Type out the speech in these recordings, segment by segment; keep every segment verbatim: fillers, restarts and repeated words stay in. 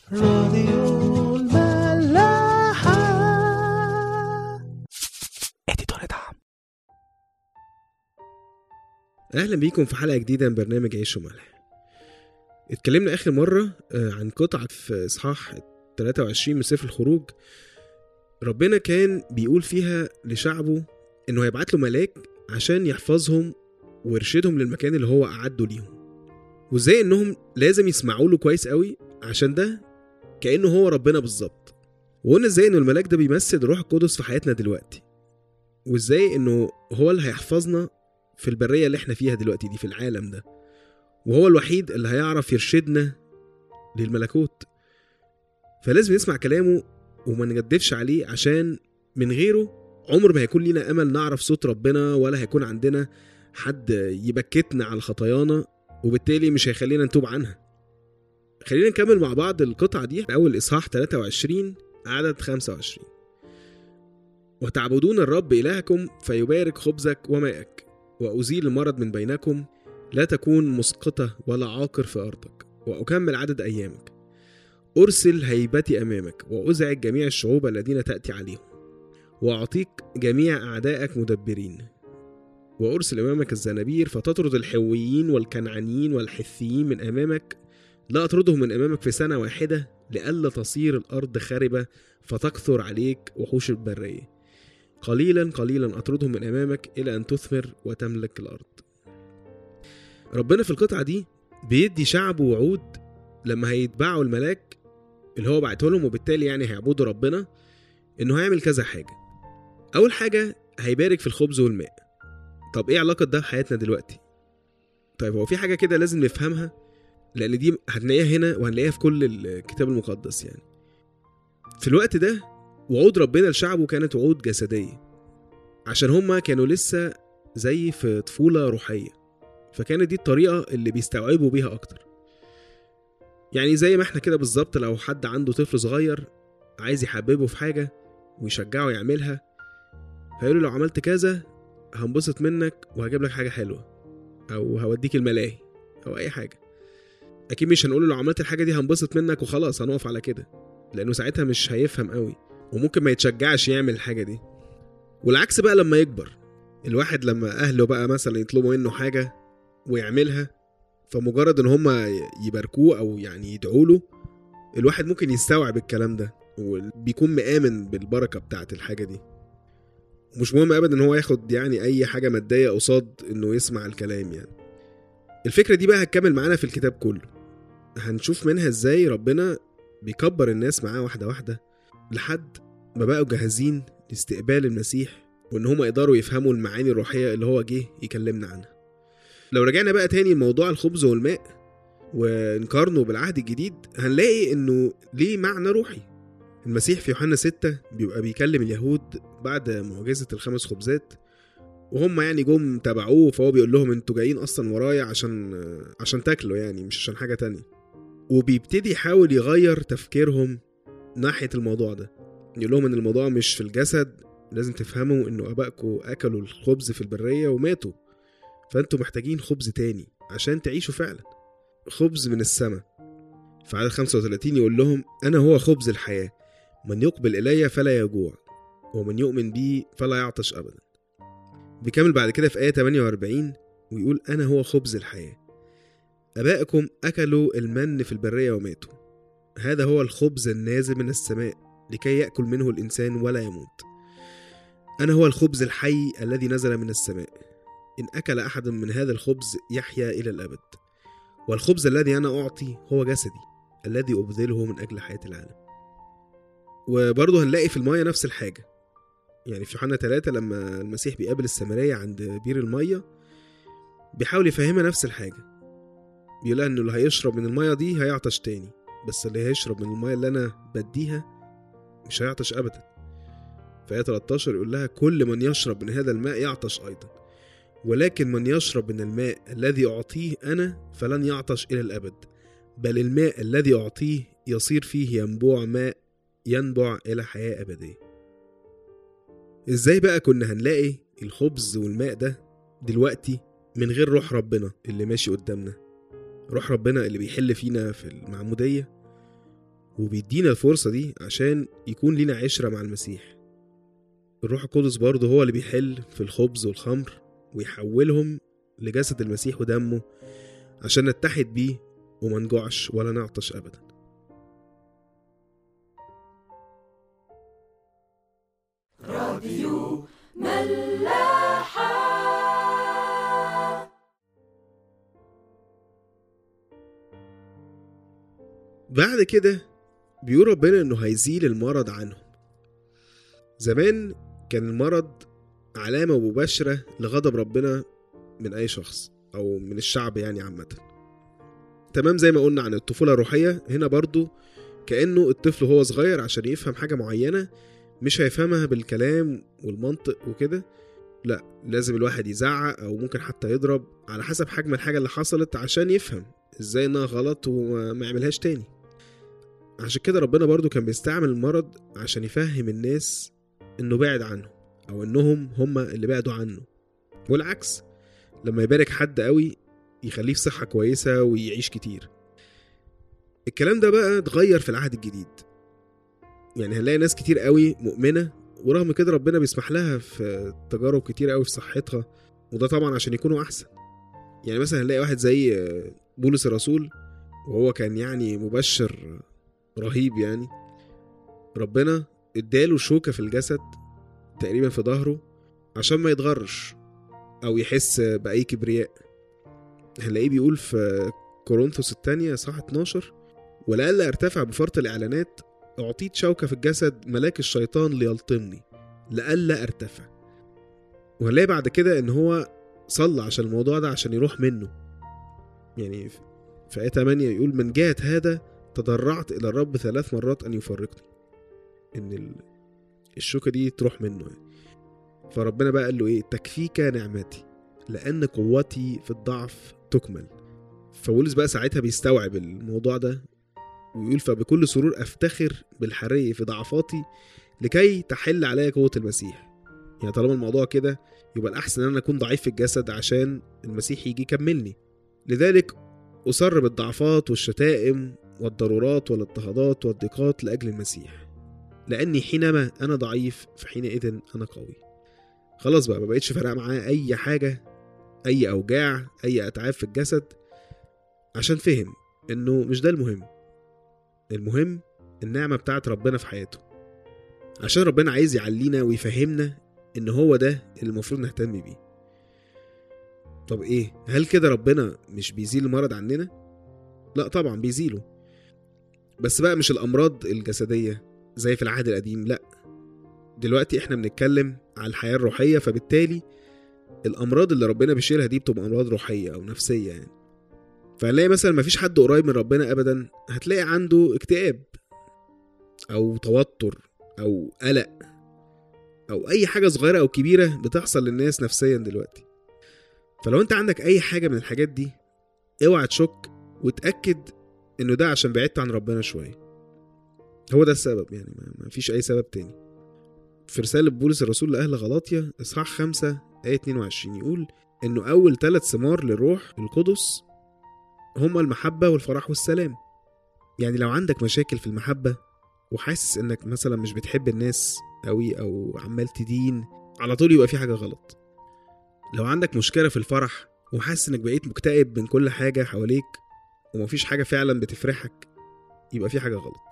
راديو الملاحة. اديتور دعم. اهلا بيكم في حلقة جديدة من برنامج عيش وملح. اتكلمنا اخر مرة عن قطعة في اصحاح ثلاثة وعشرين من سفر الخروج. ربنا كان بيقول فيها لشعبه انه هيبعت له ملاك عشان يحفظهم ويرشدهم للمكان اللي هو أعده ليهم، وازاي انهم لازم يسمعوا له كويس قوي عشان ده كأنه هو ربنا بالظبط. وقلنا ازاي انه الملاك ده بيمثل الروح القدس في حياتنا دلوقتي، وازاي انه هو اللي هيحفظنا في البرية اللي احنا فيها دلوقتي دي، في العالم ده، وهو الوحيد اللي هيعرف يرشدنا للملكوت. فلازم نسمع كلامه وما نجدفش عليه، عشان من غيره عمر ما هيكون لينا امل نعرف صوت ربنا، ولا هيكون عندنا حد يبكتنا على خطايانا، وبالتالي مش هيخلينا نتوب عنها. خلينا نكمل مع بعض القطعة دي. أول إصحاح ثلاثة وعشرين عدد خمسة وعشرين: وتعبدون الرب إلهكم فيبارك خبزك وماءك، وأزيل المرض من بينكم، لا تكون مسقطة ولا عاقر في أرضك، وأكمل عدد أيامك، أرسل هيبتي أمامك، وأزعج جميع الشعوب الذين تأتي عليهم، وأعطيك جميع أعدائك مدبرين، وأرسل أمامك الزنابير فتطرد الحويين والكنعانيين والحثيين من أمامك، لا أطردهم من أمامك في سنة واحدة، لألا تصير الأرض خاربة فتكثر عليك وحوش البرية. قليلا قليلا أطردهم من أمامك إلى أن تثمر وتملك الأرض. ربنا في القطعة دي بيدي شعبه وعود لما هيتبعوا الملاك اللي هو بعته لهم، وبالتالي يعني هيعبدوا ربنا، إنه هيعمل كذا حاجة. أول حاجة هيبارك في الخبز والماء. طب إيه علاقة ده بحياتنا دلوقتي؟ طيب هو في حاجة كده لازم نفهمها، لأن دي هنلاقيها هنا وهنلاقيها في كل الكتاب المقدس. يعني في الوقت ده وعود ربنا لشعبه كانت وعود جسدية، عشان هما كانوا لسه زي في طفولة روحية، فكانت دي الطريقة اللي بيستوعبوا بيها أكتر. يعني زي ما احنا كده بالظبط، لو حد عنده طفل صغير عايز يحببه في حاجة ويشجعه يعملها، هيقوله لو عملت كذا هنبسط منك وهجيب لك حاجة حلوة، أو هوديك الملاهي، أو أي حاجة. أكيد مش هنقوله لو عملت الحاجة دي هنبسط منك وخلاص هنقف على كده، لأنه ساعتها مش هيفهم قوي وممكن ما يتشجعش يعمل الحاجة دي. والعكس بقى لما يكبر الواحد، لما أهله بقى مثلا يطلبوا منه حاجة ويعملها، فمجرد ان هم يباركوه او يعني يدعوا له، الواحد ممكن يستوعب الكلام ده وبيكون مآمن بالبركة بتاعت الحاجة دي، ومش مهم ابدا ان هو ياخد يعني اي حاجة مادية قصاد انه يسمع الكلام. يعني الفكرة دي بقى هتكمل معانا في الكتاب كله، هنشوف منها ازاي ربنا بيكبر الناس معاه واحدة واحدة لحد ما بقوا جاهزين لاستقبال المسيح، وان هم يقدروا يفهموا المعاني الروحية اللي هو جه يكلمنا عنها. لو رجعنا بقى تاني لموضوع الخبز والماء ونقارنه بالعهد الجديد، هنلاقي انه ليه معنى روحي. المسيح في يوحنا ستة بيبقى بيكلم اليهود بعد معجزة الخمس خبزات، وهم يعني جم تبعوه، فهو بيقول لهم انتوا جايين اصلا ورايا عشان عشان تاكلوا، يعني مش عشان حاجة تانية. وبيبتدي يحاول يغير تفكيرهم ناحية الموضوع ده، يقول لهم ان الموضوع مش في الجسد، لازم تفهموا انه ابائكم اكلوا الخبز في البرية وماتوا، فأنتوا محتاجين خبز تاني عشان تعيشوا فعلا، خبز من السماء. في عدد خمسة وثلاثين يقول لهم أنا هو خبز الحياة، من يقبل إلي فلا يجوع، ومن يؤمن بي فلا يعطش أبدا. بيكمل بعد كده في آية ثمانية وأربعين ويقول أنا هو خبز الحياة، أبائكم أكلوا المن في البرية وماتوا، هذا هو الخبز النازل من السماء لكي يأكل منه الإنسان ولا يموت. أنا هو الخبز الحي الذي نزل من السماء، إن أكل أحد من هذا الخبز يحيا إلى الأبد، والخبز الذي أنا أعطي هو جسدي الذي أبذله من أجل حياة العالم. وبرضه هنلاقي في المية نفس الحاجة، يعني في يوحنا ثلاثة لما المسيح بيقابل السامرية عند بير المية بيحاول يفهمها نفس الحاجة، بيقول لها إنه اللي هيشرب من المية دي هيعطش تاني، بس اللي هيشرب من المية اللي أنا بديها مش هيعطش أبدا. في آية ثلاثة عشر يقول لها كل من يشرب من هذا الماء يعطش أيضا، ولكن من يشرب من الماء الذي أعطيه أنا فلن يعطش إلى الأبد، بل الماء الذي أعطيه يصير فيه ينبوع ماء ينبع إلى حياة أبدية. إزاي بقى كنا هنلاقي الخبز والماء ده دلوقتي من غير روح ربنا اللي ماشي قدامنا، روح ربنا اللي بيحل فينا في المعمودية، وبيدينا الفرصة دي عشان يكون لنا عشرة مع المسيح. الروح القدس برضه هو اللي بيحل في الخبز والخمر ويحولهم لجسد المسيح ودمه عشان نتحد بيه وما نجوعش ولا نعطش أبدا. راديو ملاحة. بعد كده بيقول ربنا انه هيزيل المرض عنهم. زمان كان المرض علامة مباشرة لغضب ربنا من اي شخص او من الشعب يعني عامة. تمام زي ما قلنا عن الطفولة الروحية، هنا برضو كأنه الطفل هو صغير عشان يفهم حاجة معينة مش هيفهمها بالكلام والمنطق وكده، لا لازم الواحد يزعق او ممكن حتى يضرب على حسب حجم الحاجة اللي حصلت عشان يفهم ازاي انها غلط وما يعملهاش تاني. عشان كده ربنا برضو كان بيستعمل المرض عشان يفهم الناس انه بعد عنهم او انهم هم اللي بعدوا عنه، والعكس لما يبارك حد قوي يخليه في صحة كويسة ويعيش كتير. الكلام ده بقى اتغير في العهد الجديد، يعني هنلاقي ناس كتير قوي مؤمنة ورغم كده ربنا بيسمح لها في تجارب كتير قوي في صحتها، وده طبعا عشان يكونوا احسن. يعني مثلا هنلاقي واحد زي بولس الرسول وهو كان يعني مبشر رهيب، يعني ربنا اداله شوكة في الجسد تقريبا في ظهره عشان ما يتغرش او يحس بأي كبرياء. هنلاقيه بيقول في كورنثوس الثانية صح اتناشر: ولألا ارتفع بفرط الإعلانات أعطيت شوكة في الجسد ملاك الشيطان ليلطمني لألا ارتفع. وهنلاقي بعد كده ان هو صلى عشان الموضوع ده عشان يروح منه. يعني في آية ثمانية يقول: من جهة هذا تضرعت إلى الرب ثلاث مرات أن يفرقني، إن الشوكة دي تروح منه يعني. فربنا بقى قال له إيه؟ تكفيك نعمتي لأن قوتي في الضعف تكمل. فبولس بقى ساعتها بيستوعب الموضوع ده ويقول: فبكل سرور أفتخر بالحرية في ضعفاتي لكي تحل عليا قوة المسيح. يعني طالما الموضوع كده يبقى الأحسن أن أنا أكون ضعيف في الجسد عشان المسيح يجي يكملني. لذلك أصر بالضعفات والشتائم والضرورات والاضطهادات والضيقات لأجل المسيح، لأني حينما أنا ضعيف فحينئذ أنا قوي. خلاص بقى ما بقيتش فارقة معاه أي حاجة، أي أوجاع، أي أتعاب في الجسد، عشان فهم إنه مش ده المهم. المهم النعمة بتاعت ربنا في حياته، عشان ربنا عايز يعلينا ويفهمنا إن هو ده اللي المفروض نهتم بيه. طب إيه؟ هل كده ربنا مش بيزيل المرض عننا؟ لا طبعا بيزيله، بس بقى مش الأمراض الجسدية زي في العهد القديم، لا دلوقتي احنا بنتكلم على الحياة الروحية. فبالتالي الأمراض اللي ربنا بيشيلها دي بتبقى أمراض روحية أو نفسية يعني. فهنلاقي مثلا مفيش حد قريب من ربنا أبدا هتلاقي عنده اكتئاب أو توتر أو قلق أو أي حاجة صغيرة أو كبيرة بتحصل للناس نفسيا دلوقتي. فلو أنت عندك أي حاجة من الحاجات دي اوعى تشك وتأكد إنه ده عشان بعدت عن ربنا شوية، هو ده السبب يعني، ما فيش أي سبب تاني. في رسالة بولس الرسول لأهل غلاطيا إصحاح خمسة آية اتنين وعشرين يقول إنه أول ثلاث ثمار للروح القدس هما المحبة والفرح والسلام. يعني لو عندك مشاكل في المحبة وحاسس إنك مثلا مش بتحب الناس أوي أو عمال تدين، على طول يبقى في حاجة غلط. لو عندك مشكلة في الفرح وحاسس إنك بقيت مكتئب من كل حاجة حواليك ومفيش حاجة فعلا بتفرحك، يبقى في حاجة غلط.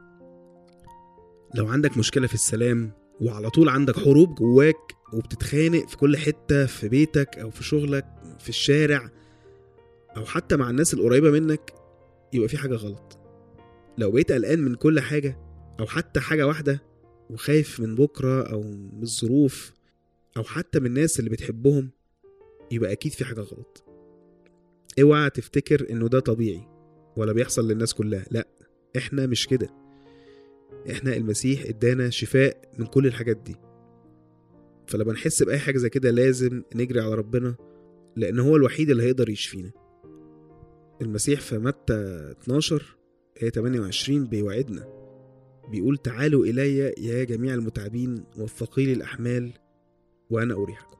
لو عندك مشكلة في السلام وعلى طول عندك حروب جواك وبتتخانق في كل حتة في بيتك أو في شغلك في الشارع أو حتى مع الناس القريبة منك، يبقى في حاجة غلط. لو بقيت قلقان من كل حاجة أو حتى حاجة واحدة وخايف من بكرة أو من الظروف أو حتى من الناس اللي بتحبهم، يبقى أكيد في حاجة غلط. اوعى تفتكر إنه ده طبيعي ولا بيحصل للناس كلها، لا إحنا مش كده. إحنا المسيح إدانا شفاء من كل الحاجات دي. فلما نحس بأي حاجة زي كده لازم نجري على ربنا، لأن هو الوحيد اللي هيقدر يشفينا. المسيح في متى اتناشر آية تمانية وعشرين بيوعدنا، بيقول: تعالوا إلي يا جميع المتعبين والثقيل الأحمال وأنا أريحكم.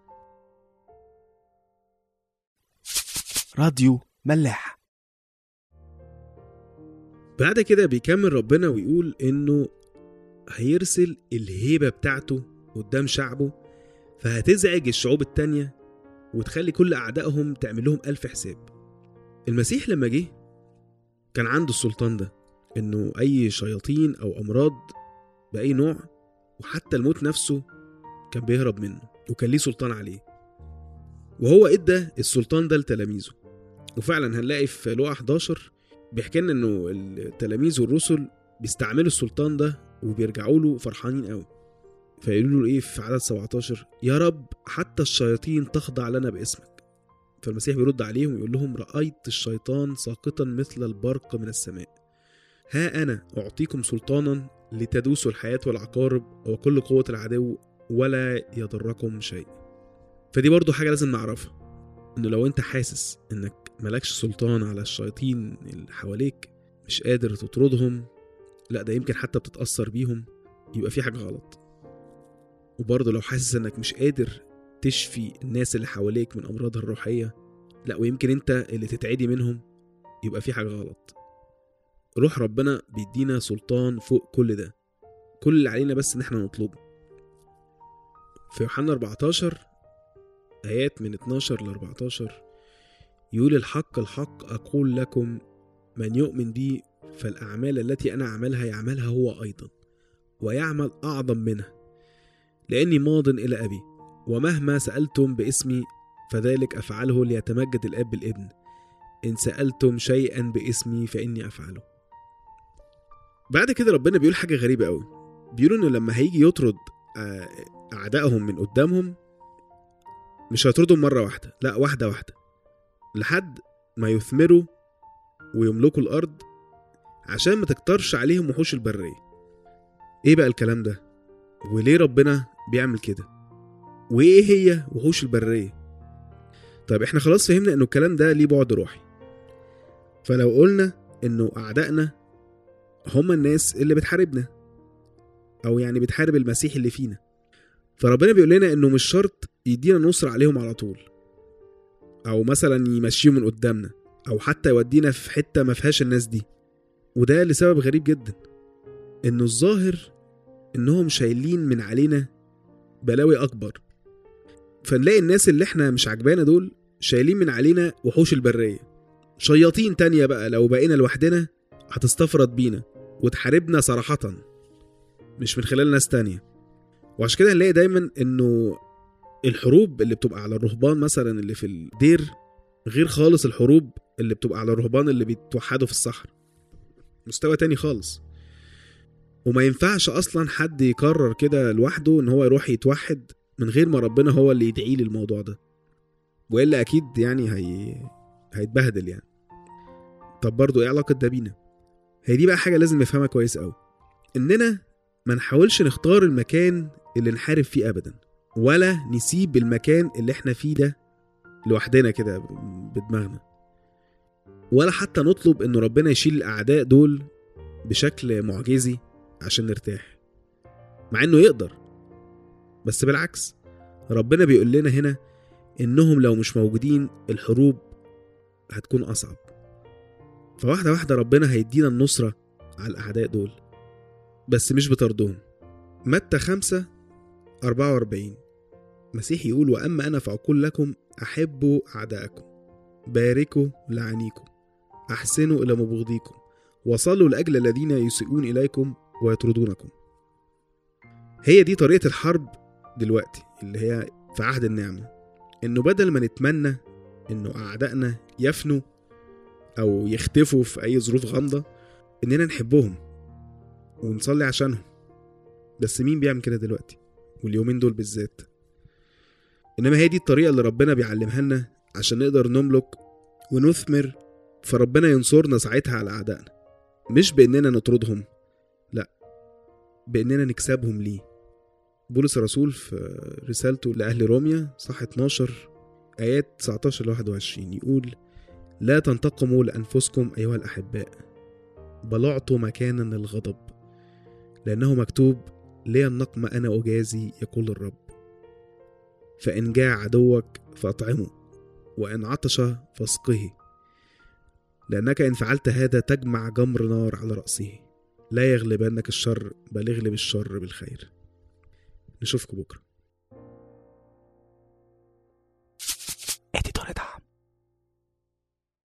راديو ملاح. بعد كده بيكمل ربنا ويقول إنه هيرسل الهيبة بتاعته قدام شعبه، فهتزعج الشعوب التانية وتخلي كل أعدائهم تعمل لهم ألف حساب. المسيح لما جه كان عنده السلطان ده، إنه أي شياطين أو أمراض بأي نوع وحتى الموت نفسه كان بيهرب منه، وكان ليه سلطان عليه، وهو إدى السلطان ده لتلاميذه. وفعلا هنلاقي في لوقا إحدى عشر بيحكي لنا إنه التلاميذ والرسل بيستعملوا السلطان ده وبيرجعوا له فرحانين قوي. فيقولوا له إيه في عدد سبعة عشر؟ يا رب حتى الشياطين تخضع لنا باسمك. فالمسيح بيرد عليهم ويقول لهم رأيت الشيطان ساقطا مثل البرق من السماء، ها أنا أعطيكم سلطانا لتدوسوا الحياة والعقارب وكل قوة العدو ولا يضركم شيء. فدي برضو حاجة لازم نعرفها، إنه لو أنت حاسس إنك ملكش سلطان على الشياطين اللي حواليك، مش قادر تطردهم، لا ده يمكن حتى بتتأثر بيهم، يبقى في حاجة غلط. وبرضو لو حاسس إنك مش قادر تشفي الناس اللي حواليك من أمراضها الروحية، لا ويمكن أنت اللي تتعدي منهم، يبقى في حاجة غلط. روح ربنا بيدينا سلطان فوق كل ده، كل اللي علينا بس إن احنا نطلبه. في يوحنا أربعة عشر آيات من اتناشر ل أربعة عشر يقول الحق الحق أقول لكم من يؤمن بي فالأعمال التي أنا أعملها يعملها هو أيضا ويعمل أعظم منها، لأني ماض إلى أبي، ومهما سألتم باسمي فذلك أفعله ليتمجد الآب بالابن، إن سألتم شيئا باسمي فإني أفعله. بعد كده ربنا بيقول حاجة غريبة قوي، بيقول إنه لما هيجي يطرد أعدائهم من قدامهم مش هيطردهم مرة واحدة، لا واحدة واحدة لحد ما يثمروا ويملكوا الأرض، عشان ما تكترش عليهم وحوش البرية. إيه بقى الكلام ده؟ وليه ربنا بيعمل كده؟ وإيه هي وحوش البرية؟ طيب إحنا خلاص فهمنا إنه الكلام ده ليه بعد روحي. فلو قلنا إنه أعدائنا هم الناس اللي بتحاربنا، أو يعني بتحارب المسيح اللي فينا، فربنا بيقول لنا إنه مش شرط يدينا نصر عليهم على طول، أو مثلا يمشيهم من قدامنا، أو حتى يودينا في حتة ما فيهاش الناس دي. وده لسبب غريب جدا، إنه الظاهر إنهم شايلين من علينا بلاوي أكبر. فنلاقي الناس اللي إحنا مش عجبانا دول شايلين من علينا وحوش البرية، شياطين تانية بقى لو بقينا لوحدنا هتستفرد بينا وتحاربنا صراحة، مش من خلال ناس تانية. وعشان كده نلاقي دايما إنه الحروب اللي بتبقى على الرهبان مثلا اللي في الدير غير خالص الحروب اللي بتبقى على الرهبان اللي بيتوحدوا في الصحراء، مستوى تاني خالص. وما ينفعش أصلا حد يقرر كده لوحده إن هو يروح يتوحد من غير ما ربنا هو اللي يدعي لي الموضوع ده، وإلا أكيد يعني هي... هيتبهدل يعني. طب برضو إيه علاقة ده بينا؟ هي دي بقى حاجة لازم نفهمها كويس أوي، إننا ما نحاولش نختار المكان اللي نحارب فيه أبدا، ولا نسيب المكان اللي احنا فيه ده لوحدنا كده بدماغنا، ولا حتى نطلب إنه ربنا يشيل الأعداء دول بشكل معجزي عشان نرتاح، مع إنه يقدر. بس بالعكس ربنا بيقول لنا هنا إنهم لو مش موجودين الحروب هتكون أصعب. فواحدة واحدة ربنا هيدينا النصرة على الأعداء دول، بس مش بطردهم. متى خمسة أربعة وأربعين مسيح يقول وأما أنا فأقول لكم أحبوا أعداءكم، باركوا لعنيكم، أحسنوا إلى مبغضيكم، وصلوا لأجل الذين يسيئون إليكم ويطردونكم. هي دي طريقة الحرب دلوقتي اللي هي في عهد النعمة، إنه بدل ما نتمنى إنه أعدائنا يفنوا أو يختفوا في أي ظروف غامضة، إننا نحبهم ونصلي عشانهم. بس مين بيعمل كده دلوقتي واليومين دول بالذات؟ إنما هي دي الطريقة اللي ربنا بيعلمها لنا عشان نقدر نملك ونثمر، فربنا ينصرنا ساعتها على أعدائنا، مش بإننا نطردهم، لا بإننا نكسبهم ليه. بولس الرسول في رسالته لأهل روميا صح اتناشر آيات تسعتاشر لواحد وعشرين يقول لا تنتقموا لأنفسكم أيها الأحباء، بل اعطوا مكانا للغضب، لأنه مكتوب لي النقم أنا أجازي يقول الرب، فإن جاع عدوك فأطعمه، وإن عطش فاسقه، لأنك إن فعلت هذا تجمع جمر نار على رأسه. لا يغلبنك الشر بل اغلب الشر بالخير. نشوفكم بكرة.